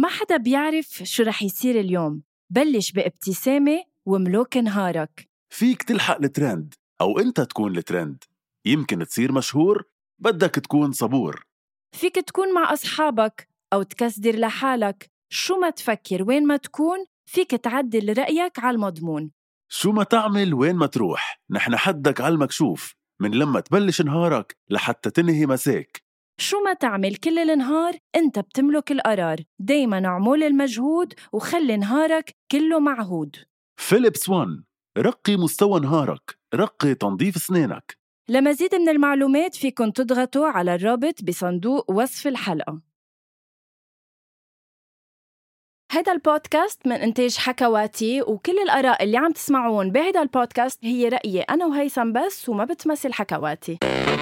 ما حدا بيعرف شو رح يصير اليوم. بلش بابتسامة وملوك نهارك. فيك تلحق الترند أو أنت تكون الترند. يمكن تصير مشهور، بدك تكون صبور. فيك تكون مع أصحابك أو تكسدر لحالك. شو ما تفكر وين ما تكون، فيك تعدل رأيك على المضمون. شو ما تعمل وين ما تروح، نحن حدك على المكشوف، من لما تبلش نهارك لحتى تنهي مساك. شو ما تعمل كل النهار، انت بتملك القرار. دايما اعمل المجهود وخلي نهارك كله معهود. فيليبس وان، رقي مستوى نهارك، رقي تنظيف سنينك. لمزيد من المعلومات فيكن تضغطوا على الرابط بصندوق وصف الحلقة. هذا البودكاست من إنتاج حكواتي، وكل الآراء اللي عم تسمعون بهذا البودكاست هي رأيي أنا وهيثم بس، وما بتمثل حكواتي.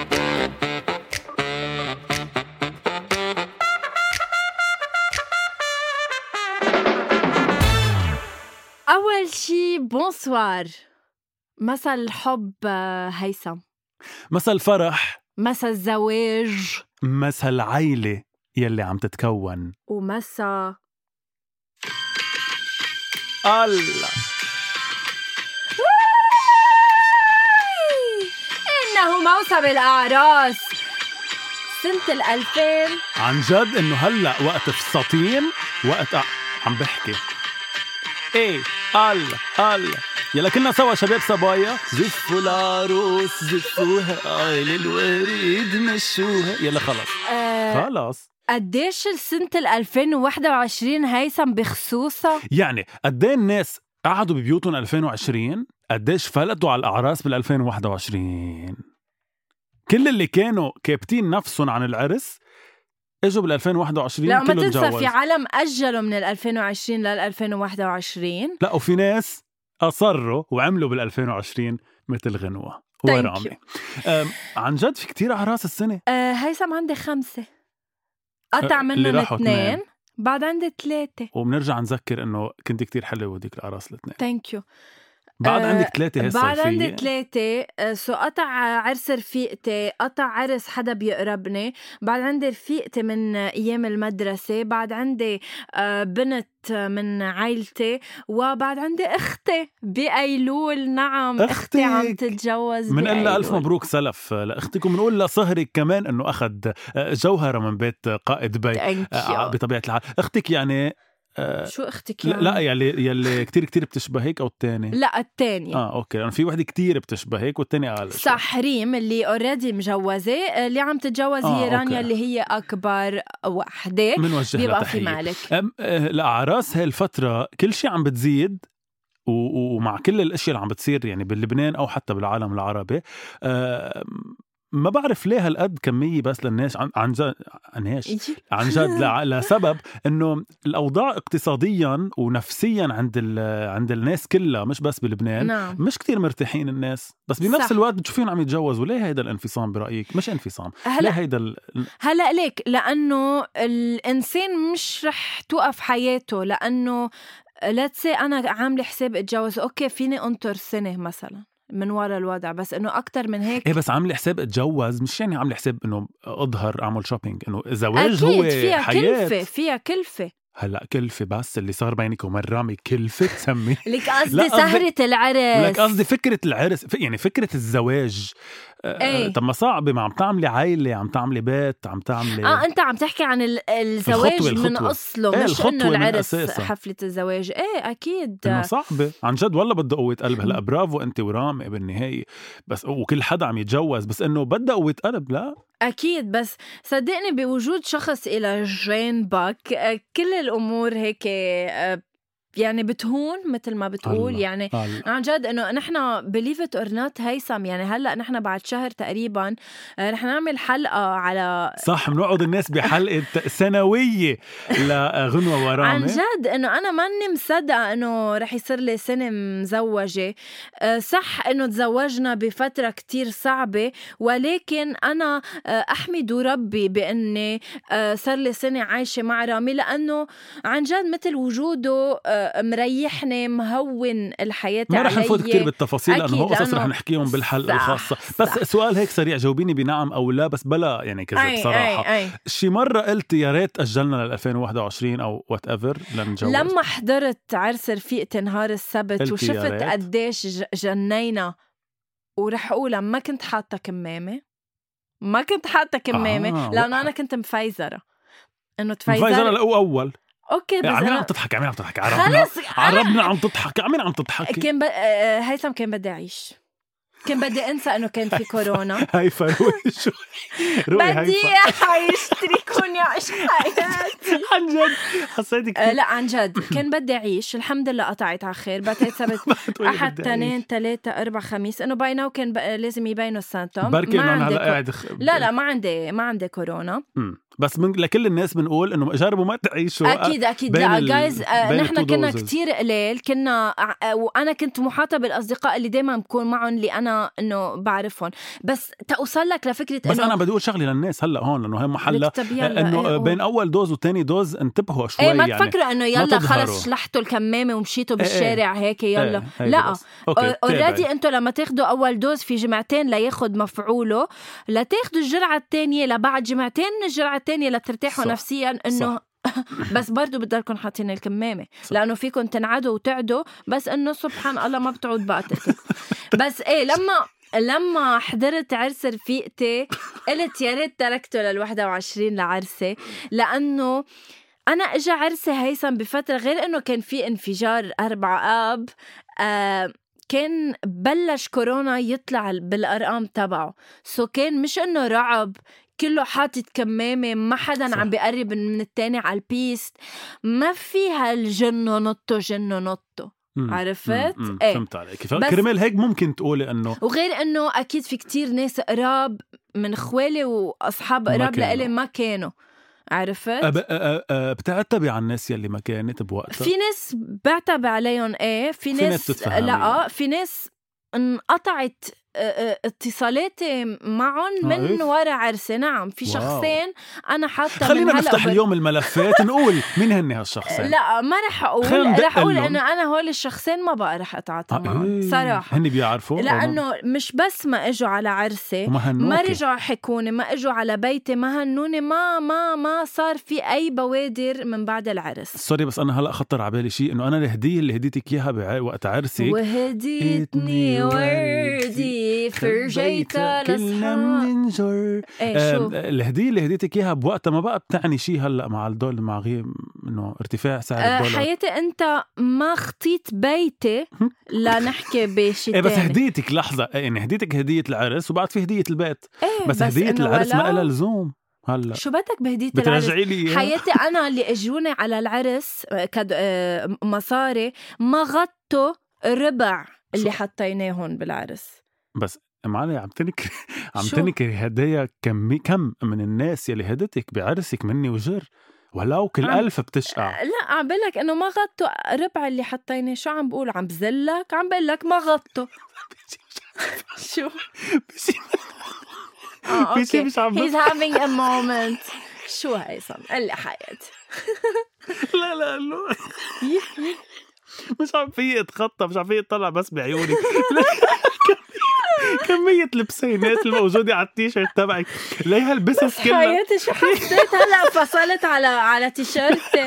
أول شي بونسوار. مساء الحب هيثم. مساء الفرح. مساء الزواج. مساء العيلة يلي عم تتكون. ومساء الله. إنه موسم الأعراس سنة 2000. عن جد إنه هلأ وقت فساتين، وقت عم بحكي ايه. الله يلا كلنا سوا شباب صبايا. زفوا العروس زفوها، عيل الوريد مشوها. يلا خلص خلص. قديش السنة 2021 هيثم بخصوصها؟ يعني قدين الناس قعدوا ببيوتهم 2020، قديش فلتوا على الأعراس بال2021. كل اللي كانوا كابتين نفسهم عن العرس اجوا بال2021. لا ما تنسى في عالم أجلوا من 2020 لل2021. لا وفي ناس أصروا وعملوا بال2020 مثل غنوة ورامي. عن جد في كتير أعراس السنة. هيثم عندي 5، قطع منهم 2، بعد عندي 3. وبنرجع نذكر إنه كنت كتير حلوة وديك الأعراس الاثنين. ثانك يو. بعد عندك 3 هالصيفية. بعد عندي 3. سو قطع عرس رفيقتي، قطع عرس حدا بيقربني. بعد عندي رفيقتي من أيام المدرسة. بعد عندي بنت من عائلتي. وبعد عندي أختي بأيلول. نعم أختي عم تتجوز من قال ألف مبروك سلف لأختك، ومنقول لصهرك كمان أنه أخذ جوهرة من بيت قائد بي. بطبيعة الحال أختك يعني شو اختك يعني؟ لا يلي كتير بتشبهك او الثاني؟ لا الثاني. اوكي، لانه في وحده كتير بتشبهك والثاني اقل. صح، ريم اللي اوريدي مجوزه، اللي عم تتجوز هي رانيا اللي هي اكبر وحده. بيبقى في مالك. الاعراس هاي الفتره كل شيء عم بتزيد، ومع كل الاشياء اللي عم بتصير يعني بلبنان او حتى بالعالم العربي. ما بعرف ليه هالقد كمية بس للناس عن جد لسبب انه الاوضاع اقتصاديا ونفسيا عند الناس كلها، مش بس بلبنان. نعم. مش كتير مرتاحين الناس، بس بنفس الوقت بتشوفين عم يتجوزوا. ليه هيدا الانفصام برأيك؟ مش انفصام، ليه هيدا هلأ ليك؟ لأنه الإنسان مش رح توقف حياته، لأنه let's say أنا عامل حساب اتجوز، أوكي فيني أنطر سنة مثلا من وراء الوضع، بس انه اكتر من هيك. بس عامل حساب اتجوز، مش يعني عامل حساب انه اظهر اعمل شوبينج. انه زواج أكيد هو فيها حياة. فيها كلفة. هلا كلفة بس اللي صار بينك وبين رامي كلفة تسمي. لك قصدي سهرة العرس. لك قصدي فكرة العرس، يعني فكرة الزواج. طب ما صعبة، ما عم تعملي عائلة، عم تعملي بيت، عم تعملي انت عم تحكي عن الزواج الخطوة. من اصله مش انه العرس حفلة الزواج. اكيد انه صعبة عن جد. والله بدها قوة قلب. هلا برافو انت ورامي بالنهاية، بس وكل حدا عم يتجوز، بس انه بدها قوة قلب. لا أكيد، بس صدقني بوجود شخص إلى جانبك كل الأمور هيك يعني بتهون مثل ما بتقول. الله. يعني الله. عن جد إنه نحن believe it or not هيثم، يعني هلأ نحن بعد شهر تقريبا رح نعمل حلقة على صح، بنوعد الناس بحلقة سنوية لغنوة ورامي. عن جد إنه أنا ماني مصدقة إنه رح يصير لي سنة مزوجة. صح إنه تزوجنا بفترة كتير صعبة، ولكن أنا أحمد ربي بأني صار لي سنة عايشة مع رامي، لأنه عن جد مثل وجوده مريحني مهون الحياة ما علي. رح نفوت كتير بالتفاصيل لأنه هو قصص رح نحكيهم بالحلقة الخاصة. بس سؤال هيك سريع، جاوبيني بنعم أو لا، بس بلا يعني كذا بصراحة. شي مرة قلت يا ريت أجلنا ل 2021 أو whatever لنجوز؟ لما حضرت عرس رفيقتي نهار السبت وشفت قديش جنينا، ورح أقول ما كنت حاطة كمامة، لأنه أنا كنت مفيزرة إنه مفيزرة أول. اوكي بس عمين عم تضحك عربنا عم تضحك عم تضحك. كان هيثم كان بدي اعيش، كان بدي انسى انه كان في كورونا. هيفا روي بدي اعيش تريكوني اعيش حياتي عن جد. حسيتك لا عن جد كان بدي اعيش. الحمد لله قطعت على خير. بعتقد سبت احد اثنين ثلاثة أربع خميس انه باينه، وكان لازم يبينوا السنتوم. ما عندي لا ما عندي كورونا. بس لكل الناس بنقول انه جربوا ما تعيشوا. اكيد لا جايز، نحن كنا كتير قليل، كنا وانا كنت محاطه بالاصدقاء اللي دايما بكون معهم اللي انا انه بعرفهم. بس توصل لك لفكره بس انا بدي اقول شغله للناس هلا هون لانه هي محله انه بين اول دوز وثاني دوز انتبهوا شوي. ما تفكروا انه يلا خلص شلحتوا الكمامه ومشيتوا بالشارع هيك يلا. لا اوريدي انتوا لما تاخدوا اول دوز في جمعتين لياخد مفعوله، لا تاخدوا الجرعه الثانيه لبعد جمعتين من الجرعه الثانيه لترتاحوا نفسيا انه بس برضو بدلكم حاطين الكمامة لأنه فيكم تنعدوا وتعدوا، بس إنه سبحان الله ما بتعود بقى ترتاح. بس لما حضرت عرس رفيقتي قلت يا ريت تركته لل21 لعرسي، لأنه أنا إجا عرسي هيثم بفترة غير إنه كان في انفجار 4 آب، كان بلش كورونا يطلع بالأرقام تبعه. كان مش إنه رعب، كله حاطط كمامة، ما حدا عم بيقرب من التاني على البيست، ما فيها الجنو نطو عرفت؟ فهمت عليك. كرمال هيك ممكن تقولي انه، وغير انه اكيد في كتير ناس قراب من خوالي واصحاب قراب لإلي ما كانوا، عرفت؟ بتعتبي عن الناس يلي ما كانت بوقتها. في ناس بعتبي عليهم في ناس لا، في ناس انقطعت اتصالاتي معهم من وراء عرسي. نعم في شخصين أنا حاطة. خلينا نفتح اليوم الملفات نقول مين هن هالشخصين. لا ما رح أقول إنه أنا هول الشخصين ما بقى رح أتعاطى معهم صراحة. هن بيعرفوا لأنه مش بس ما إجوا على عرسي، ما رجعوا حكوني، ما إجوا على بيتي، ما هنوني، ما صار في أي بوادر من بعد العرس. سوري بس أنا هلأ خطر عبالي شيء، إنه أنا الهدية اللي هديتك إياها وقت عرسي، وهديتني وردي فرجيت لصحاب. الهدية اللي هديتك إياها بوقتها ما بقى بتعني شيء هلأ مع الدول، مع غير إنه ارتفاع سعر الدولار. حياتي أنت ما خطيت بيتي لا نحكي بشيء بس هديتك لحظة، يعني هديتك هدية العرس وبعد في هدية البيت. بس هدية العرس ما إلها لزوم. هلا شو بدك بهدية العرس؟ حياتي أنا اللي اجوني على العرس مصاري ما غطوا ربع اللي حطيناهم بالعرس. بس معلي عم تنكر هدايا كم من الناس يلي هدتك بعرسك مني وجر ولو كل 1000 بتشقع. لا عم بقلك انه ما غطوا ربع اللي حطيناه. شو عم بقول؟ عم بزلك؟ عم بقلك ما غطوا. شو بيشي مش عم he's having a moment. شو هيثم قل لي حياتي. لا مش عم في اتخطى، مش عم في اطلع بس بعيوني. كمية البسينات الموجودة على التيشيرت تبعك ليها البسس كلها. حياتي شو حسيت هلأ فصلت على تيشيرتي.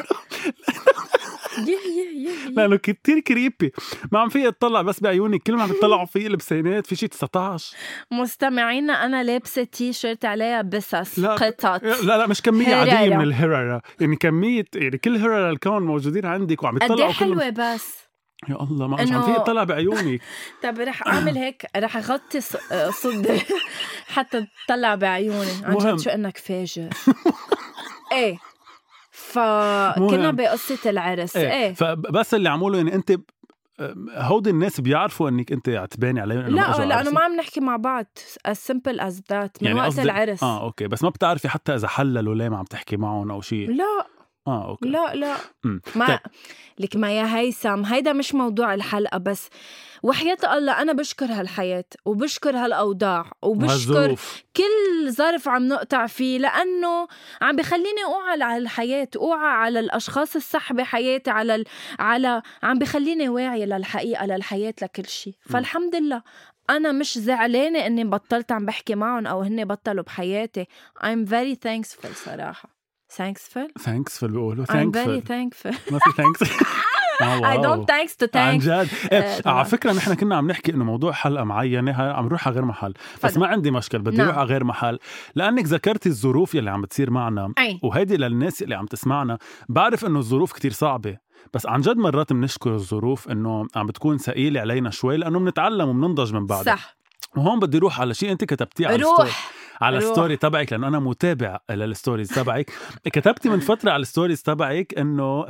لأنه كتير كريبي، ما عم فيه اطلع بس بعيوني، كل ما عم بتطلعوا فيه البسينات في شي 19. مستمعينا أنا لابسة تيشيرت عليها بسس قطط. لا مش كمية عادية من الهررة، يعني كمية، يعني كل هررة الكون موجودين عندك وعم يطلعوا حلوة بس يا الله ما عم فيه طلع بعيوني. طب رح أعمل هيك، رح أغطي صدري حتى تطلع بعيوني. عن جد شو إنك فاجر. إيه فكنا بقصة العرس. إيه فبس اللي عموله يعني أنت هودي الناس بيعرفوا انك انت عتباني عليهم انه لا لانه ما عم نحكي مع بعض as simple as that من يعني وقت العرس. اوكي بس ما بتعرفي حتى اذا حللوا ليه ما عم تحكي معهم او شيء. لا أوكي. لا ما لك ما يا هيثم، هيدا مش موضوع الحلقة، بس وحياة الله أنا بشكر هالحياة وبشكر هالأوضاع وبشكر كل ظرف عم نقطع فيه، لأنه عم بخليني أوعى على الحياة، أوعى على الأشخاص الصح بحياتي، على عم بخليني واعية للحقيقة، للحياة، لكل شيء. فالحمد لله أنا مش زعلانة إني بطلت عم بحكي معهم أو هني بطلوا بحياتي. I'm very thankful صراحة. thankful بيقولوا I'm very thankful. ما في thanks. I don't thanks to thanks. عن جد. على فكرة نحن كنا عم نحكي إنه موضوع حلقة معينة عم نروح على غير محل، بس ما عندي مشكل، بدي أروح على غير محل، لأنك ذكرتي الظروف يلي عم بتصير معنا. وهيدي للناس اللي عم تسمعنا، بعرف إنه الظروف كتير صعبة، بس عن جد مرات بنشكر الظروف إنه عم بتكون ثقيلة علينا شوي، لأنه بنتعلم وبننضج من بعدها. صح. وهون بدي روح على شيء أنت كتبتيه على الستوري تبعك، لأنه أنا متابع للستوريز تبعك. كتبتي من فترة على الستوريز تبعك إنه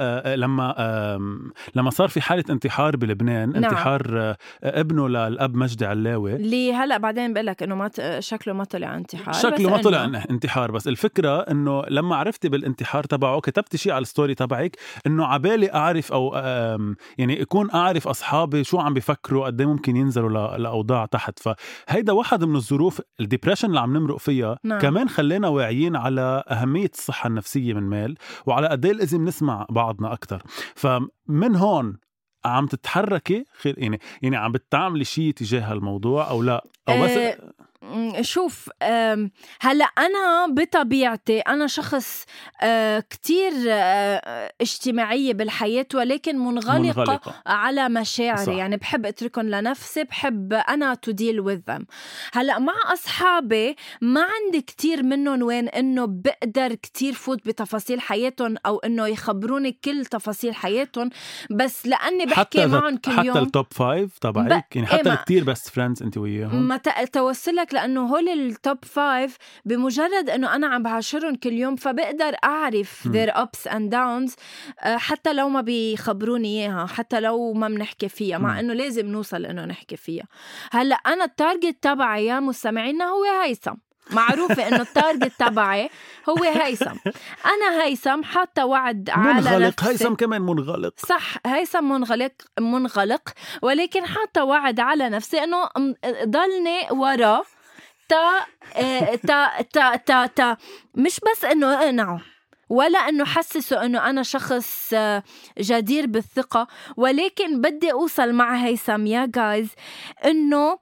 لما صار في حالة انتحار بلبنان، انتحار ابنه للأب مجدي علاوي، اللي هلأ بعدين بقولك إنه شكله ما طلع انتحار، شكله ما طلع انتحار. بس الفكرة إنه لما عرفتي بالانتحار تبعه كتبتي شيء على الستوري تبعك إنه عبالي أعرف أو يعني يكون أعرف أصحابي شو عم بيفكروا، قد ممكن ينزلوا لأوضاع تحت. فهيدا واحد من الظروف الديبريشن اللي عم نمرق فيها. كمان خلينا واعيين على أهمية الصحة النفسية من مال، وعلى قد ايه لازم نسمع بعضنا أكتر. فمن هون عم تتحركي يعني عم بتعملي شيء تجاه الموضوع أو لا؟ أو بس شوف، هلأ أنا بطبيعتي أنا شخص كتير اجتماعية بالحياة، ولكن منغلقة على مشاعري. صح. يعني بحب أتركهم لنفسي، بحب أنا to deal with them. هلأ مع أصحابي ما عندي كتير منهم وين إنه بقدر كتير فوت بتفاصيل حياتهم أو إنه يخبروني كل تفاصيل حياتهم، بس لأني بحكي معهم كل يوم. حتى التوب 5 تبعك يعني حتى كتير بست فريندز أنت وياهم ما توصلك، لأنه هول التوب 5 بمجرد أنه أنا عم بعاشرهم كل يوم فبقدر أعرف their ups and downs، حتى لو ما بيخبروني إياها، حتى لو ما بنحكي فيها، مع أنه لازم نوصل أنه نحكي فيها. هلأ أنا التارجت تبعي يا مستمعينا هو هيثم، معروفة أنه التارجت تبعي هو هيثم. أنا هيثم حتى وعد على نفسي. هيثم كمان منغلق. صح، هيثم منغلق، ولكن حتى وعد على نفسي أنه ضلني ورا تا مش بس أنه أقنعه ولا أنه حسسه أنه أنا شخص جدير بالثقة، ولكن بدي أوصل مع هيثم يا جايز أنه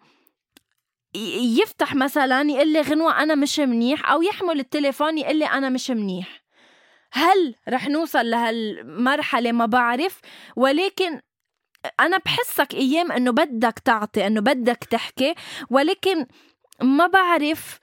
يفتح مثلا يقول لي غنوة أنا مش منيح، أو يحمل التليفون يقول لي أنا مش منيح. هل رح نوصل لهالمرحلة؟ ما بعرف، ولكن أنا بحسك أيام أنه بدك تعطي، أنه بدك تحكي، ولكن ما بعرف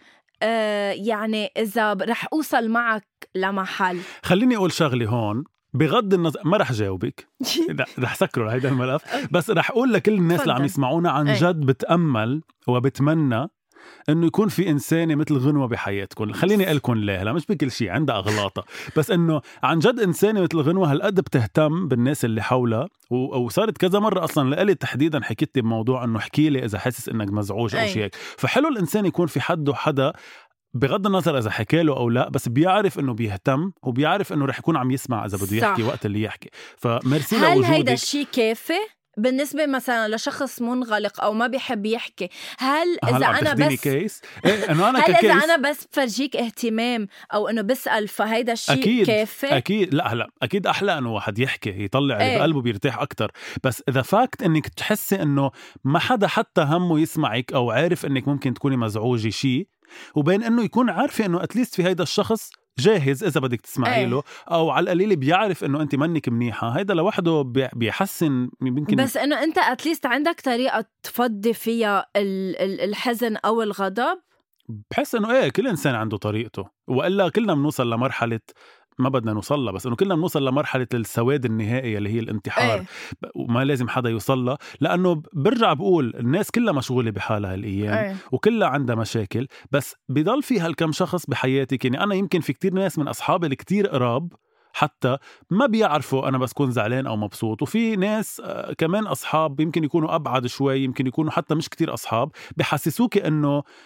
يعني إذا رح أوصل معك لمحل. خليني أقول شغلي هون بغض النظر، ما رح جاوبك رح سكره هيدا الملف، بس رح أقول لكل الناس اللي عم يسمعونا عن جد بتأمل وبتمنى إنه يكون في إنسانة مثل غنوة بحياتكم. خليني أقولكم ليه، لا مش بكل شيء عندها أغلاطة، بس إنه عن جد إنسانة مثل غنوة هالقد بتهتم بالناس اللي حولها. وصارت كذا مرة أصلا لقلي تحديدا حكيت بموضوع إنه احكي لي إذا حاسس إنك مزعوج أو شيء. فحلو الإنسان يكون في حدا بغض النظر إذا حكى له أو لا، بس بيعرف إنه بيهتم وبيعرف إنه رح يكون عم يسمع إذا بده يحكي وقت اللي يحكي. فميرسي لوجودك. هل هيدا الشيء كافي بالنسبة مثلا لشخص منغلق أو ما بيحب يحكي؟ هل إذا أنا بس كيس إنه أنا هل إذا أنا بس فرجيك اهتمام أو إنه بسأل فهيدا الشيء كافي؟ أكيد لا أكيد أحلى إنه واحد يحكي يطلع اللي بقلبه بيرتاح أكتر. بس إذا فاكت إنك تحسي إنه ما حدا حتى همه يسمعك أو عارف إنك ممكن تكوني مزعوجة شيء، وبين إنه يكون عارفة إنه أتليست في هيدا الشخص جاهز إذا بدك تسمعي له، أو على القليل بيعرف إنه أنت منك منيحة، هيدا لوحده بيحسن يمكن. بس إنه أنت أتليست عندك طريقة تفضي فيها الحزن أو الغضب. بحس إنه كل إنسان عنده طريقته، وإلا كلنا بنوصل لمرحلة ما بدنا نوصلها، بس إنه كلنا بنوصل لمرحلة السواد النهائي اللي هي الانتحار. وما لازم حدا يوصلها، لأنه برجع بقول الناس كلها مشغولة بحالها الأيام وكلها عندها مشاكل، بس بيضل في هالكم شخص بحياتك. يعني أنا يمكن في كتير ناس من أصحابي الكتير قراب حتى ما بيعرفوا أنا بس كون زعلان أو مبسوط، وفي ناس كمان أصحاب يمكن يكونوا أبعد شوي، يمكن يكونوا حتى مش كتير أصحاب، بيحسسوك إنه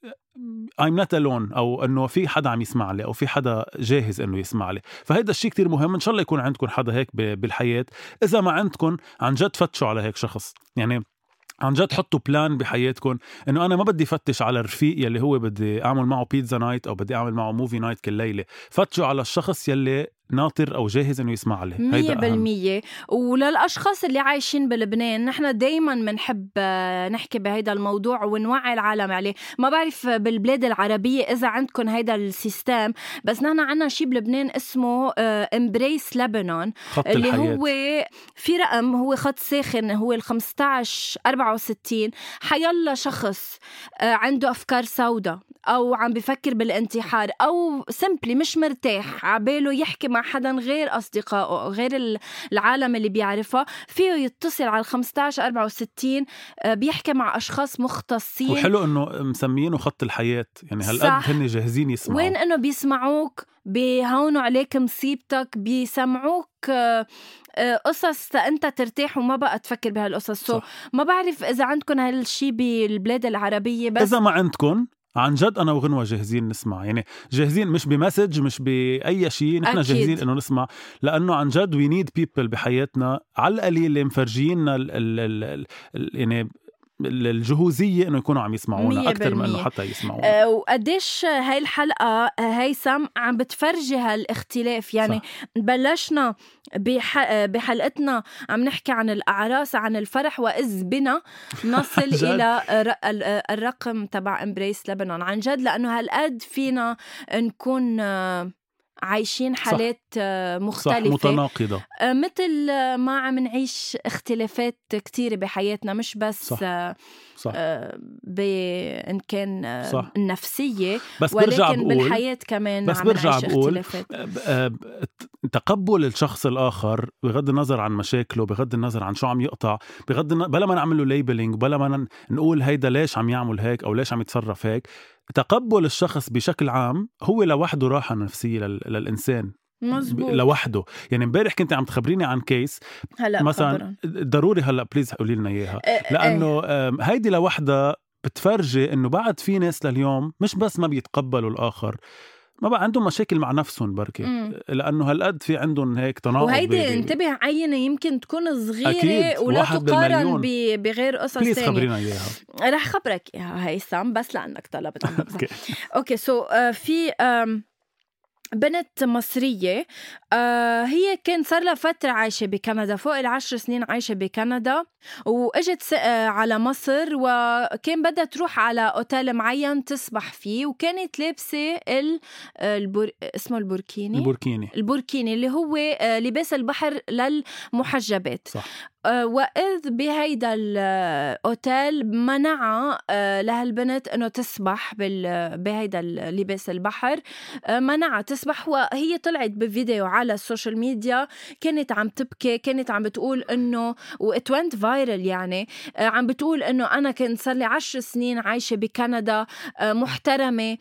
I'm not alone، أو أنه في حدا عم يسمع لي، أو في حدا جاهز أنه يسمع لي. فهيدا الشيء كتير مهم. إن شاء الله يكون عندكم حدا هيك بالحياة. إذا ما عندكم، عن جد فتشوا على هيك شخص. يعني عن جد حطوا بلان بحياتكم إنه أنا ما بدي فتش على رفيق يلي هو بدي أعمل معه بيتزا نايت أو بدي أعمل معه موفي نايت كل ليلة. فتشوا على الشخص يلي ناطر أو جاهز إنه يسمع عليه. 100%. وللأشخاص اللي عايشين بلبنان، نحن دايما منحب نحكي بهيدا الموضوع ونوعي العالم عليه. ما بعرف بالبلاد العربية إذا عندكم هيدا السيستم، بس نحن عنا شي بلبنان اسمه Embrace Lebanon، اللي الحياة. هو في رقم، هو خط ساخن، هو 1564. حيلا شخص عنده أفكار سوداء أو عم بفكر بالانتحار أو سمبلي مش مرتاح عباله يحكي مع حدا غير أصدقائه غير العالم اللي بيعرفها، فيه يتصل على 1564. بيحكي مع أشخاص مختصين. وحلو إنه مسميينه خط الحياة، يعني هالقد هن جاهزين يسمعوا. وين إنه بيسمعوك، بيهونوا عليك مصيبتك، بيسمعوك قصص أنت ترتاح وما بقى تفكر بهالقصص. ما بعرف إذا عندكم هالشي بالبلاد العربية، بس إذا ما عندكم عن جد أنا وغنوة جاهزين نسمع. يعني جاهزين، مش بمسج، مش بأي شيء، نحن جاهزين إنه نسمع، لأنه عن جد we need people بحياتنا على القليل اللي مفرجينا يعني الجهوزية إنه يكونوا عم يسمعونا أكتر من إنه حتى يسمعونا. وقديش هاي الحلقة هيثم عم بتفرجي هالاختلاف. يعني بلشنا بحلقتنا عم نحكي عن الأعراس، عن الفرح، وإذ بنا نصل إلى الرقم تبع Embrace Lebanon. عن جد لأنه هالقد فينا نكون عايشين حالات مختلفة، متناقضة، مثل ما عم نعيش اختلافات كتير بحياتنا، مش بس إن كان النفسية، بس ولكن بالحياة كمان بس عم نعيش اختلافات. تقبل الشخص الآخر بغض النظر عن مشاكله، بغض النظر عن شو عم يقطع، بلا ما نعمل له ليبلينج، بلا ما نقول هيدا ليش عم يعمل هيك أو ليش عم يتصرف هيك. تقبل الشخص بشكل عام هو لوحده راحة نفسية للإنسان. مزبوط. لوحده. يعني امبارح كنت عم تخبريني عن كيس مثلا، ضروري هلا بليز قولي لنا اياها، لانه هيدي لوحدها بتفرجي انه بعد في ناس لليوم مش بس ما بيتقبلوا الاخر، ما بقى عندهم مشاكل مع نفسهم بركي، لأنه هالقد في عندهم هيك تناقض. وهيدي انتبه عينة يمكن تكون صغيرة ولا تقارن بغير قصص تانية. بليز خبرينا إياها. رح خبرك إياها هيثم، بس لأنك طلبت عنك. أوكي في بنت مصرية، هي كان صار لها فترة عايشة بكندا، فوق 10 سنين عايشة بكندا، وإجت على مصر، وكان بدها تروح على أوتيل معين تسبح فيه، وكانت لابسة اسمه البوركيني اللي هو لباس البحر للمحجبات. صح. وإذ بهيدا الأوتيل منع لهالبنت إنه تسبح بهيدا اللباس البحر، منع تسبح. وهي طلعت بفيديو على السوشيال ميديا، كانت عم تبكي، كانت عم بتقول إنه وإت وينت فايرل، يعني عم بتقول إنه أنا كنت صار لي 10 سنين عايشة بكندا، محترمة،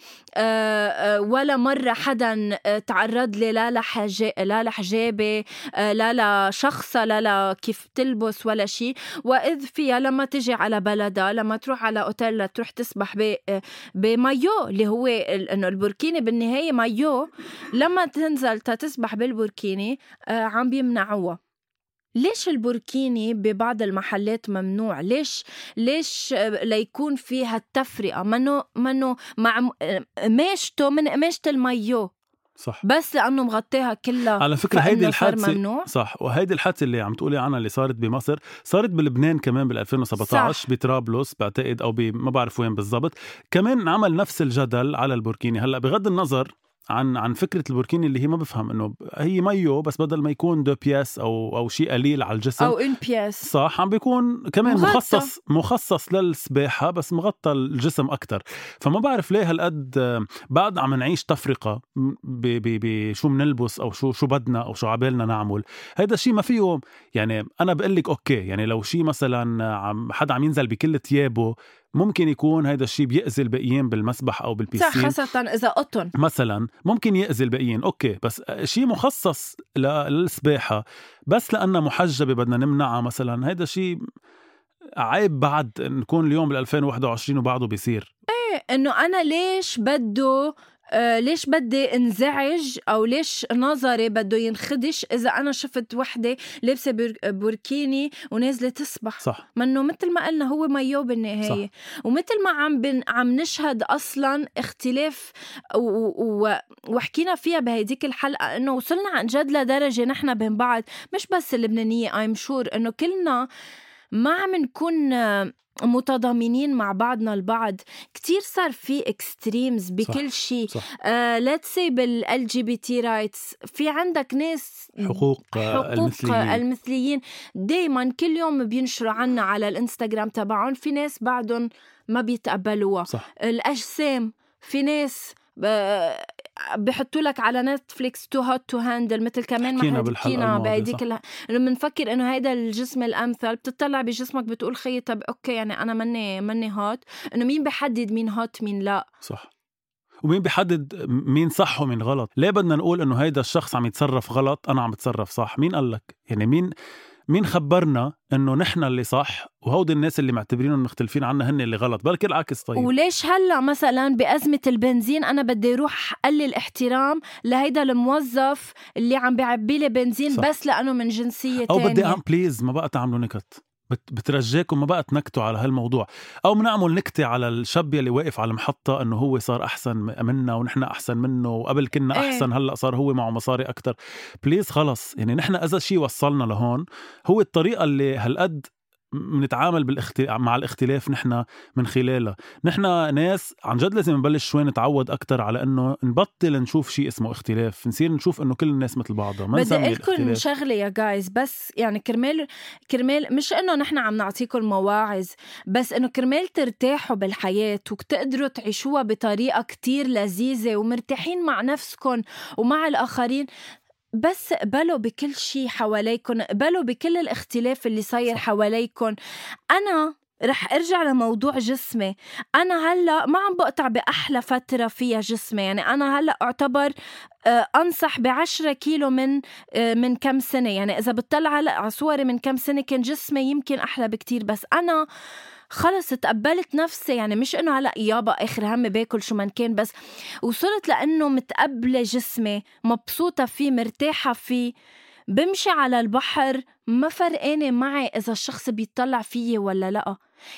ولا مرة حدا تعرض لي لا لحجابي، لا لشخصة، لا كيف تلبس ولا شيء. وإذ فيها لما تجي على بلدها، لما تروح على أوتيل تروح تسبح بمايو اللي هو إنه البوركيني بالنهاية مايو، لما تنزل تسبح بالبوركيني عم بيمنعوها. ليش البوركيني ببعض المحلات ممنوع؟ ليش ليكون فيها التفرقة؟ منو مع ماشته من قماشة المايو، صح، بس لأنه مغطيها كلها. على فكرة هيدي الحادثة ممنوع. صح. وهيدي الحادثة اللي عم تقولي عنها اللي صارت بمصر، صارت بلبنان كمان بال2017 بطرابلس بعتقد، أو ما بعرف وين بالضبط، كمان عمل نفس الجدل على البوركيني. هلأ بغض النظر عن فكرة البوركيني اللي هي ما بفهم إنه هي مايو، بس بدل ما يكون 2 بياس أو شيء قليل على الجسم أو 1 بياس، صح، عم بيكون كمان مخصص للسباحة، بس مغطى الجسم أكتر. فما بعرف ليه هالقد بعد عم نعيش تفرقة بشو منلبس أو شو بدنا أو شو عبالنا نعمل. هيدا الشيء ما فيه. يعني أنا بقلك أوكي، يعني لو شيء مثلا حدا عم ينزل بكل ثيابه، ممكن يكون هيدا الشيء بيأذي الباقيين بالمسبح أو بالبيسين، خاصة إذا قطن مثلا، ممكن يأذي الباقيين. أوكي، بس شيء مخصص للسباحة بس لأنها محجبة بدنا نمنعها مثلا، هيدا شيء عيب بعد نكون اليوم بال2021 وبعده بيصير. ايه انه انا ليش بدي انزعج او ليش نظري بده ينخدش اذا انا شفت وحده لابسه بوركيني ونازله تسبح. صح. منه مثل ما قلنا هو مايو بالنهايه. ومثل ما عم نشهد اصلا اختلاف وحكينا فيها بهيديك الحلقه انه وصلنا عن جد لدرجه نحن بين بعض مش بس اللبنانيه ايم شور انه كلنا ما عم نكون متضامنين مع بعضنا البعض. كتير صار في اكستريمز بكل شيء. let's say بالLGBT rights في عندك ناس حقوق المثليين دايما كل يوم بينشروا عنا على الانستغرام تبعهم. في ناس بعدهم ما بيتقبلوها. الأجسام في ناس بيحطوا لك على نتفليكس تو هوت تو هاندل مثل كمان ما حكينا بهيديك انه بنفكر انه هيدا الجسم الامثل. بتطلع بجسمك بتقول خيي طب اوكي يعني انا مني هوت. انه مين بيحدد مين هوت مين لا؟ صح. ومين بيحدد مين صح ومين غلط؟ ليه بدنا نقول انه هيدا الشخص عم يتصرف غلط انا عم بتصرف صح؟ مين قال لك؟ يعني مين خبرنا انه نحن اللي صح وهود الناس اللي معتبرينهم مختلفين عنا هن اللي غلط؟ بلكي العكس. طيب وليش هلا مثلا بأزمة البنزين انا بدي اروح قلل احترام لهيدا الموظف اللي عم بيعبي لي بنزين صح. بس لانه من جنسية او تانية. بدي بليز ما بقى تعملوا نكت. بترجاكم ما بقى تنكتوا على هالموضوع. او بنعمل نكتة على الشاب اللي واقف على المحطة انه هو صار احسن منا ونحن احسن منه وقبل كنا احسن هلا صار هو معه مصاري اكتر. بليز خلص. يعني نحن اذا شيء وصلنا لهون هو الطريقة اللي هالقد بنتعامل مع الاختلاف نحن من خلالها. نحن ناس عن جد لازم نبلش شوي نتعود أكتر على أنه نبطل نشوف شيء اسمه اختلاف. نصير نشوف أنه كل الناس مثل بعضها. ما بدي أقولكم شغلة يا جايز بس يعني كرمال مش أنه نحن عم نعطيكم مواعظ بس أنه كرمال ترتاحوا بالحياة وتقدروا تعيشوها بطريقة كتير لذيذة ومرتاحين مع نفسكم ومع الآخرين. بس قبلوا بكل شيء حواليكم. قبلوا بكل الاختلاف اللي صاير حواليكم. أنا رح أرجع لموضوع جسمي. أنا هلأ ما عم بقطع بأحلى فترة فيها جسمي. يعني أنا هلأ أعتبر أنصح ب10 كيلو من كم سنة. يعني إذا بتطلع على صوري من كم سنة كان جسمي يمكن أحلى بكتير. بس أنا خلص تقبلت نفسي. يعني مش إنه هلأ يابا آخر هم باكل شو من كان. بس وصلت لأنه متقبلة جسمي مبسوطة فيه مرتاحة فيه. بمشي على البحر ما فرقاني معي إذا الشخص بيطلع فيه ولا لأ.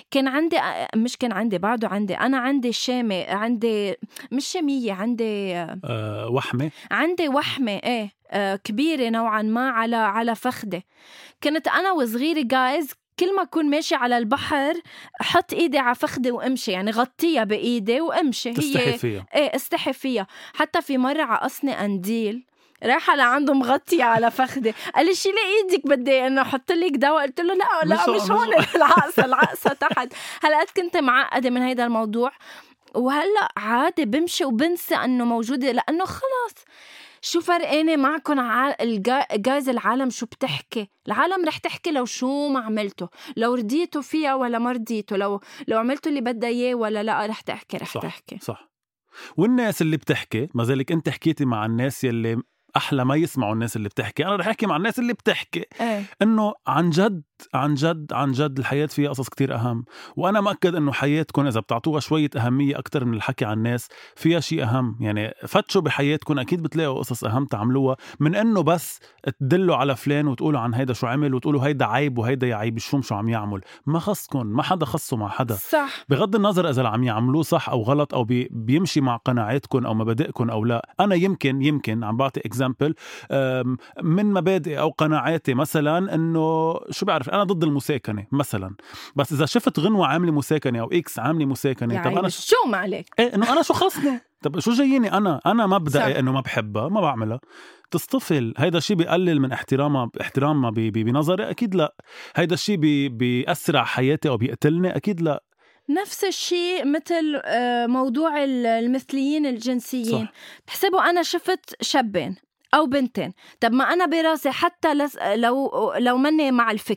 بعده عندي أنا عندي شامة. عندي مش شامية عندي وحمة. عندي وحمة كبيرة نوعا ما على فخدي. كنت أنا وصغيرة جايز كل ما أكون ماشي على البحر أحط إيدي على فخدي وأمشي. يعني غطيها بإيدي وأمشي. تستحي فيها. استحي فيها. حتى في مرة عقصني قنديل رايحة لعنده مغطية على فخدي. قال لي شيلي ايدك بدي انه احط لك دواء. قلت له لا مش هون العقصة تحت. هلأت كنت معقدة من هيدا الموضوع وهلأ عادي بمشي وبنسى انه موجودة لانه خلاص شو فرقاني معكم جايز العالم شو بتحكي. العالم رح تحكي لو شو ما عملته. لو رضيتوا فيها ولا ما رضيتوا. لو عملتوا اللي بدها اياه ولا لا رح تحكي. صح. والناس اللي بتحكي ما ذلك انت حكيتي مع الناس يلي أحلى ما يسمعوا الناس اللي بتحكي. أنا رح أحكي مع الناس اللي بتحكي إنه عن جد الحياة فيها قصص كتير أهم. وأنا مأكد إنه حياتكم إذا بتعطوها شوية أهمية أكتر من الحكي عن الناس فيها شيء أهم. يعني فتشوا بحياتكم أكيد بتلاقوا قصص أهم تعملوها من إنه بس تدلوا على فلان وتقولوا عن هيدا شو عمل وتقولوا هيدا عيب وهيدا يعيب شو عم يعمل. ما خصكم. ما حدا خصه مع حدا. صح. بغض النظر إذا عم يعملوه صح أو غلط أو بيمشي مع قناعاتكم أو مبادئكم أو لا. أنا يمكن عم بعطي من مبادئ أو قناعاتي مثلا إنه شو بعرف أنا ضد المساكنة مثلا. بس إذا شفت غنوة عاملة مساكنة أو إكس عاملة مساكنة طب أنا شو ما عليك إنه أنا شو خصني؟ طب شو جاييني أنا مبدأ إنه ما بحبها ما بعملها. تصطفل. هيدا الشيء بيقلل من احترامها بنظري أكيد لا. هيدا الشيء بيأثر على حياتي أو بيقتلني أكيد لا. نفس الشيء مثل موضوع المثليين الجنسيين. تحسبوا أنا شفت شابين أو بنتين. طب ما أنا براسي حتى لو مني مع الفكرة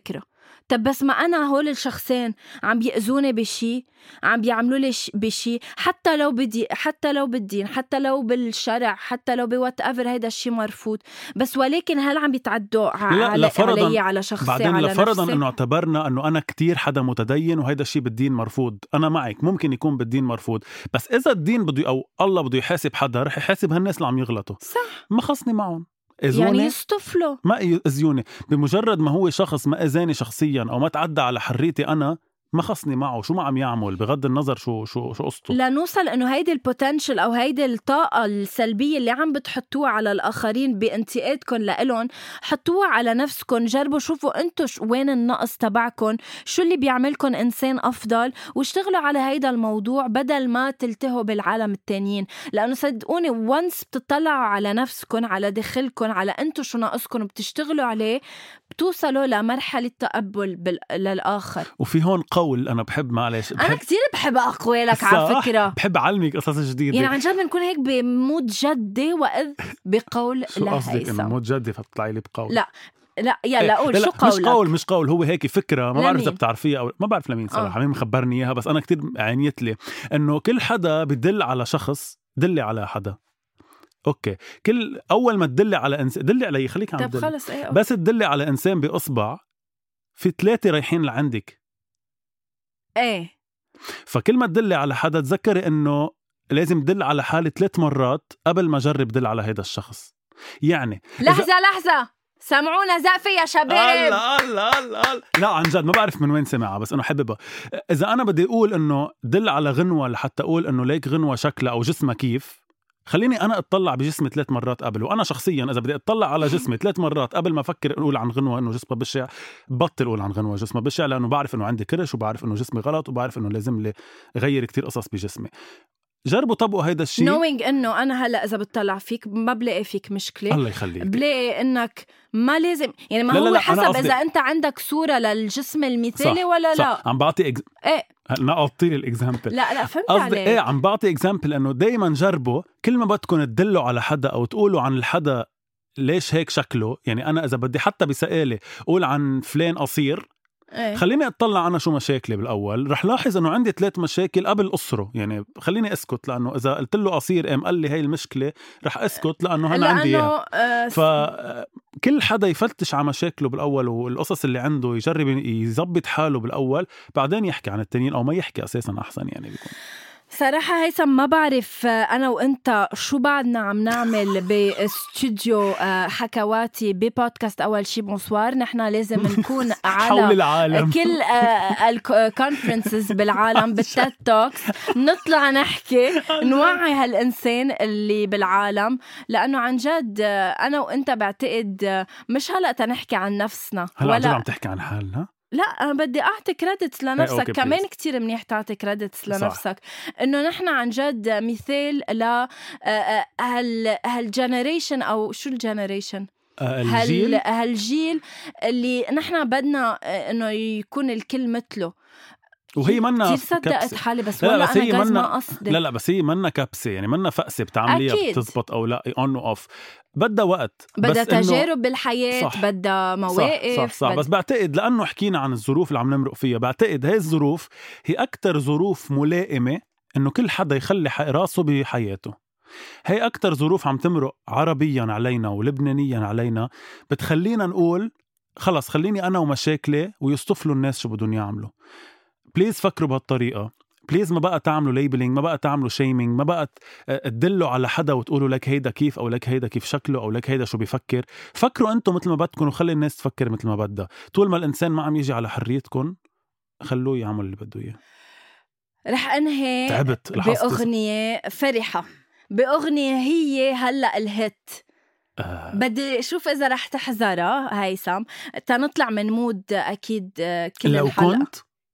طب بس ما أنا هول الشخصين عم بيأذوني بشي، عم بيعملوا لي بشي، حتى لو بالدين، حتى لو بالشرع، حتى لو بوات ايفر، هيدا الشي مرفوض. بس ولكن هل عم بيتعدوا علي، على شخصي، بعدين على لفرضاً نفسي؟ انه اعتبرنا انه انا كتير حدا متدين وهيدا الشي بالدين مرفوض، انا معك ممكن يكون بالدين مرفوض، بس اذا الدين بده او الله بده يحاسب حدا، رح يحاسب هالناس اللي عم يغلطوا. صح، ما خصني معهم، يعني يصطفلوا، ما يأذوني. بمجرد ما هو شخص ما أذاني شخصيا أو ما تعدى على حريتي أنا، ما خصني معه شو ما عم يعمل، بغض النظر شو قصته. لنوصل انه هيدي البوتنشل او هيدي الطاقة السلبية اللي عم بتحطوها على الآخرين بانتقادكم لإلهم، حطوها على نفسكم. جربوا شوفوا انتو وين النقص تبعكم، شو اللي بيعملكم إنسان أفضل، واشتغلوا على هيدا الموضوع بدل ما تلتهوا بالعالم التانيين. لأنه صدقوني وانس بتطلعوا على نفسكم، على داخلكم، على انتو شو ناقصكم وبتشتغلوا عليه، بتوصلوا لمرحلة تقبل للآخر. وفي هون قول أنا بحب، معلش أنا كتير بحب أقوالك على فكرة، بحب أعلمك قصص جديدة. يعني عن جد بنكون هيك بمود جدي وإذ بقول شو قصدك إنه مود جدي فبتطلعي لي بقول؟ لا يلا قول شو قولك. مش قول هو هيك فكرة، ما بعرف إذا لمين؟ بتعرفيها أو ما بعرف لمين صراحة. مين مخبرني إياها، بس أنا كتير عينيت لي إنه كل حدا بدل على شخص، دلي على حدا. اوكي، كل اول ما تدلي على انسان، دلي علي، خليك عم تدلي. بس تدلي على انسان باصبع، في 3 رايحين لعندك. ايه، فكل ما تدلي على حدا تذكري انه لازم دل على حالي 3 مرات قبل ما جرب دل على هيدا الشخص. يعني لحظة سمعونا زقفة يا شباب. الله لا عن جد ما بعرف من وين سمعها، بس انه حبيبها. اذا انا بدي اقول انه دل على غنوة لحتى اقول انه ليك غنوة شكلها او جسمها كيف، خليني أنا أطلع بجسمي 3 مرات قبل. وأنا شخصياً إذا بدي أطلع على جسمي 3 مرات قبل ما أفكر أقول عن غنوة إنه جسمها بشع، بطل أقول عن غنوة جسمها بشع، لأنه بعرف إنه عندي كرش، وبعرف إنه جسمي غلط، وبعرف إنه لازم لي غير كتير قصص بجسمي. جربوا طبقوا هيدا الشيء، knowing إنه أنا هلأ إذا بتطلع فيك ما بلاقي فيك مشكلة، الله يخليك، بلاقي إنك ما لازم، يعني ما هو حسب إذا أنت عندك صورة للجسم المثالي ولا صح. لا. عم بعطي إيه، نقطي لي الإكزامبل. لا فهمت عليك. إيه، عم بعطي إكزامبل إنه دايما جربوا كل ما بدكم تدلوا على حدا أو تقولوا عن الحدا ليش هيك شكله. يعني أنا إذا بدي حتى بسائلي أقول عن فلان قصير، إيه؟ خليني أطلع أنا شو مشاكلي بالأول، رح لاحظ أنه عندي 3 مشاكل قبل أسره. يعني خليني أسكت، لأنه إذا قلت له قصير قال لي هاي المشكلة، رح أسكت لأنه أنا عندي إياها. فكل حدا يفتش على مشاكله بالأول والقصص اللي عنده، يجرب يزبط حاله بالأول، بعدين يحكي عن التانيين أو ما يحكي أساساً أحسن. يعني بيكون صراحة هيثم ما بعرف أنا وإنت شو بعدنا عم نعمل باستوديو حكواتي ببودكاست أول شي بونسوار. نحن لازم نكون على حول العالم، كل الكونفرنسز بالعالم، بالتيد توكس، نطلع نحكي نوعي هالإنسان اللي بالعالم. لأنه عن جد أنا وإنت بعتقد مش هلأ تنحكي عن نفسنا، ولا عم تحكي عن حالنا. لا، أنا بدي أعطي كريدتس لنفسك كمان. كتير منيح تعطي كريدتس لنفسك، إنه نحن عن جد مثال ل هالجنريشن، أو شو الجنريشن، هالجيل اللي نحن بدنا إنه يكون الكل مثله. وهي منا كتير صدقت حالي، بس والله أنا جاز ما قصدي. لا بس هي منا كبسة، يعني منا فقسة بتعمليها بتزبط أو لا، on و off. بدها وقت، بدها تجارب بالحياة، بدها مواقف. صح. بس بعتقد لأنه حكينا عن الظروف اللي عم نمرق فيها، بعتقد هاي الظروف هي أكتر ظروف ملائمة إنه كل حدا يخلي راسه بحياته. هاي أكتر ظروف عم تمرق عربيا علينا ولبنانيا علينا، بتخلينا نقول خلص خليني أنا ومشاكلي ويصطفلوا الناس شو بدون يعملوا. بليز فكروا بهالطريقة، بليز ما بقى تعملوا ليبلينج، ما بقى تعملوا شيمينج، ما بقى تدلوا على حدا وتقولوا لك هيدا كيف، أو لك هيدا كيف شكله، أو لك هيدا شو بيفكر. فكروا أنتم مثل ما بدكم وخلي الناس تفكر مثل ما بدها. طول ما الإنسان ما عم يجي على حريتكم خلوه يعمل اللي بده إياه. رح أنهي بأغنية فرحة، بأغنية هي هلأ الهيت. بدي شوف إذا رح تحذرها هيثم تنطلع من مود أكيد كل لو الحلقة. كنت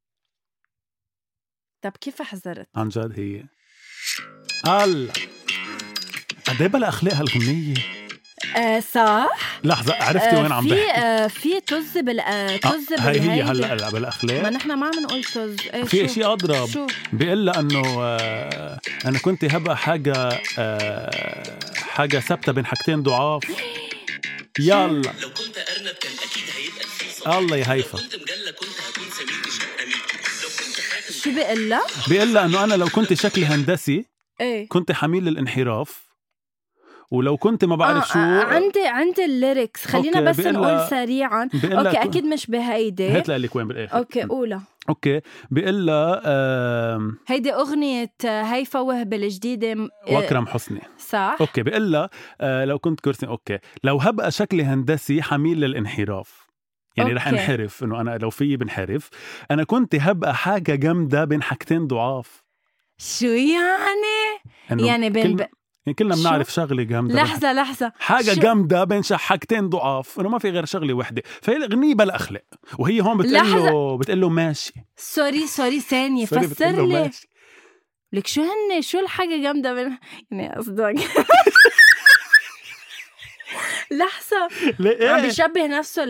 طب كيف حذرت؟ عن جد هي الله قدي بلا أخلاق هالغنية. صح. لحظة، عرفتي وين عم بحكي؟ في طز طز هاي هي هلا بالاخلاق. ما نحن ما عم نقول طز. في شيء اضرب بيقول لها انه انا كنت هبقى حاجه ثابته بين حاجتين ضعاف. يلا لو كنت ارنب كان اكيد هيبقى الفيل. الله يهيفا. كنت مجلد شو بيقول لها؟ بيقول لها انه انا لو كنت شكلي هندسي ايه كنت حميل للانحراف، ولو كنت ما بعرف شو. عندي الليركس، خلينا أوكي، بس بيقول نقول لها سريعا. بيقول اوكي لها اكيد مش بهيدي. هات لك وين بالاخر. اوكي قولها. اوكي بيقول لها هيدي أغنية هيفا وهبة الجديدة واكرم حسني صح. اوكي بيقول لها لو كنت كرسي اوكي لو هبقى شكلي هندسي حميل للانحراف، يعني رح أوكي. انحرف، انه انا لو في بنحرف، انا كنت هبقى حاجه جامده بين حاجتين ضعاف. شو يعني؟ يعني بين يعني كلنا شو؟ بنعرف شغله جامده لحظة حاجه جامده بين حاجتين ضعاف، انه ما في غير شغله وحده، فهي الاغنيه بلا اخلاق، وهي هون بتقول له ماشي. سوري ثانية فسر لي لك شو هن، شو الحاجة جامدة بين، يعني قصدك لحظة عم بيشبه نفسه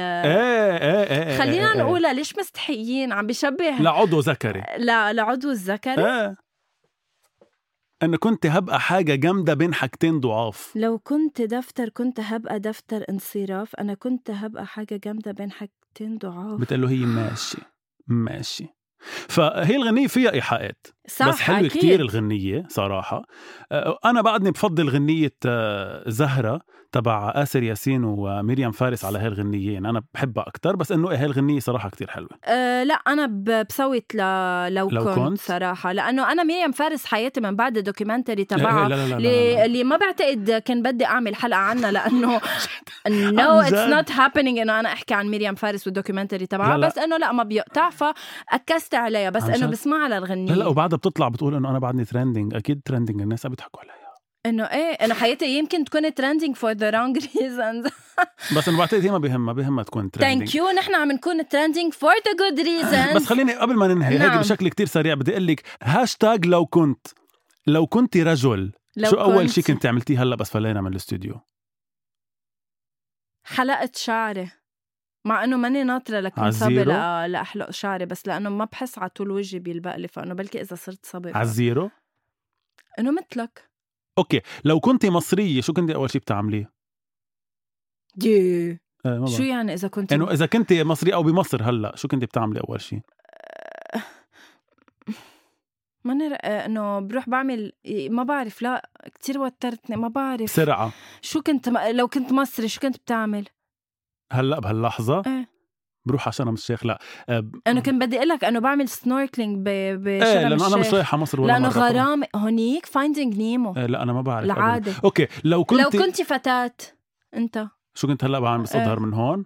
خلينا نقولها ليش مستحيين، عم بيشبه لعضو ذكري، لعضو الذكري. أنا كنت هبقى حاجة جامدة بين حاجتين ضعاف. لو كنت دفتر كنت هبقى دفتر انصراف، أنا كنت هبقى حاجة جامدة بين حاجتين ضعاف. بتقله هي ماشي. فهي الغنية فيها إيحاءات صح، بس حلوة كتير الغنية صراحة. أنا بعدني بفضل غنية زهرة تبع آسر ياسين ومريم فارس على هاي الغنية، يعني أنا بحبها أكتر، بس إنه هاي الغنية صراحة كتير حلوة. لا أنا بصوت لو كنت صراحة، لأنه أنا مريم فارس حياتي من بعد الدوكيومنتري تبعها اللي ما بعتقد كان بدي أعمل حلقة عنها، لأنه no it's not happening إنه أنا أحكي عن مريم فارس والدوكيومنتري تبعها، بس إنه لا ما بيقطع، فأكست عليها، بس إنه بسمع على الغنية. لا وبعدها بتطلع بتقول إنه أنا بعدني ترندينج. أكيد ترندينج، الناس بيضحكوا عليها إنه إيه، إنه حياتي يمكن تكون trending for the wrong reasons بس إنه بعتقد هي ما بهمها تكون trending. thank you، نحن عم نكون trending for the good reasons. بس خليني قبل ما ننهي هيك بشكل كتير سريع بدي أقول لك هاشتاج لو كنت رجل، شو أول شيء كنت عملتيه هلأ بس فلينا من الاستوديو؟ حلقت شعري، مع انه ماني ناطره لكن صبي لاحلق شعري، بس لانه ما بحس على طول وجهي بيلبق لي، فانه بلكي اذا صرت صبي عالزيرو انه مثلك. اوكي لو كنتي مصريه شو كنتي اول شيء بتعملي؟ شو يعني اذا كنت انه اذا كنتي مصريه او بمصر هلا شو كنتي بتعملي اول شيء؟ ماني انه بروح بعمل، ما بعرف، لا كتير وترتني، ما بعرف بسرعه. شو كنت لو كنت مصري شو كنت بتعمل هلا بهاللحظه؟ بروح عشان الشيخ. لا انا كنت بدي اقول لك انه بعمل سنوركلينج بشرم الشيخ، لانه انا مش رايحه مصر ولا لانه غرام هونيك فايندينج نيمو. لا انا ما بعرف العادة. اوكي لو كنتي فتاة انت شو كنت هلا بعمل؟ اظهر من هون.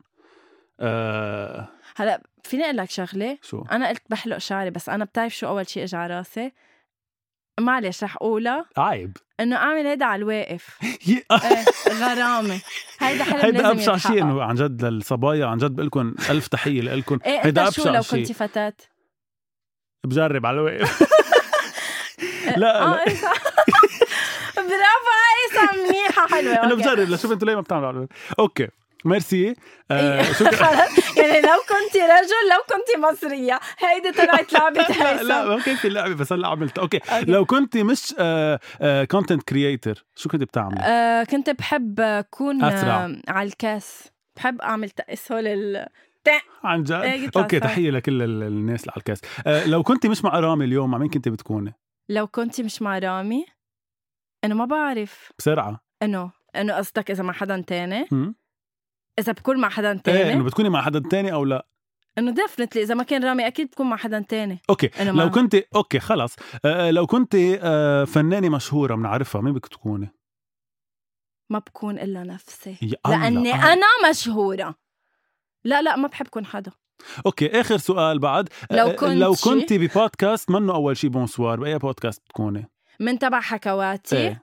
هلا فيني اقول لك شغله؟ شو؟ انا قلت بحلق شعري، بس انا بتعرف شو اول شيء اجى على راسي؟ معلش رح اقولها، عيب انه اعمل هيدا على الواقف. غرامه، هيدا حلم هيدا لازم ابشع شيء، انه عن جد للصبايا عن جد بقلكن الف تحيه لكم. هيدا ابشع شيء. لو كنتي فتاة بجرب على الواقف. لا برافو، هاي منيحه حلوه. انا بجرب لشوف انتوا ليه ما بتعملوا على الواقف. اوكي ميرسي. يعني لو كنت رجل، لو كنت مصرية، هيدي طلعت لعبة هيثم. لا ما كنت اللعبة، بس هلا عملت. أوكي لو كنت مش كونتنت كرييتر شو كنت بتعمل؟ كنت بحب أكون على الكاس، بحب أعمل تقص هول عن جد. أوكي تحية لكل الناس اللي على الكاس. لو كنت مش مع رامي اليوم مع مين كنت بتكوني؟ لو كنت مش مع رامي أنا ما بعرف بسرعة. إنه قصدك إذا مع حدا تاني؟ إذا بكون مع حدا تاني؟ إنه بتكوني مع حدا تاني أو لا؟ إنه ديفنتلي إذا ما كان رامي أكيد بكون مع حدا تاني. أوكي لو كنت أوكي خلاص لو كنت فنانة مشهورة بنعرفها مين بدك تكوني؟ ما بكون إلا نفسي لأني أنا مشهورة. لا ما بحب كون حدا. اوكي اخر سؤال بعد. لو كنت ببودكاست منه اول شيء بونسوار، باي بودكاست بتكوني؟ من تبع حكواتي.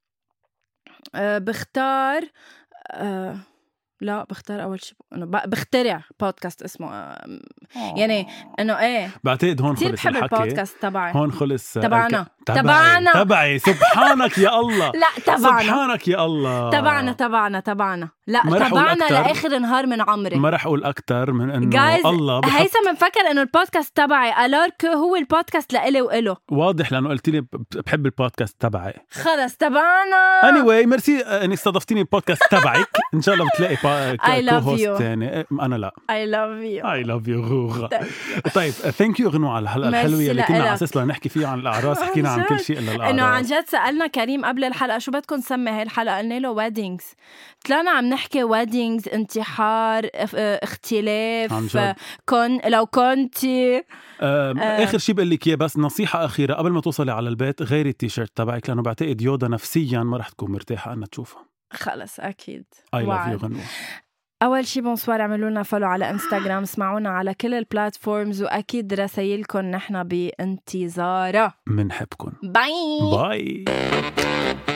بختار لا بختار اول شيء انه بخترع بودكاست اسمه يعني انه بعتقد هون خلص الحكي. البودكاست تبعي هون خلص تبعي سبحانك يا الله. لا تبعنا سبحانك يا الله. تبعنا لا تبعنا لآخر نهار من عمري. ما رح أقول أكتر من إنه الله هيثم منفكر إنه البودكاست تبعي ألارك هو البودكاست لإلي وإله. واضح لأنه قلت لي بحب البودكاست تبعي. خلص تبعنا. anyway ميرسي إني استضفتيني البودكاست تبعك. إن شاء الله بتلاقي كو-هوست تاني. أنا لا I love you غوغة. طيب thank you غنوة على الحلقة الحلوة اللي كنا على أساس نحكي فيها عن الأعراس. حكينا عن كل شيء إلا الأعراس. إنه عن جد سألنا كريم قبل الحلقة شو بدكم نسمي هاي الحلقة، قلنا له weddings. طلعنا عم نحكي weddings، انتحار، اختلاف، لو كنتي آخر شيء بقول لك إياه بس نصيحة أخيرة قبل ما توصلي على البيت، غيري التيشيرت تبعك لأنه بعتقد يودا نفسيا ما رح تكون مرتاحة أنها تشوفها. خلص أكيد. I love you غنوة. أول شي بونسوار، اعملوا لنا فولو على انستغرام، اسمعونا على كل البلاتفورمز، وأكيد رسايلكم نحن بانتظارها. منحبكم. باي.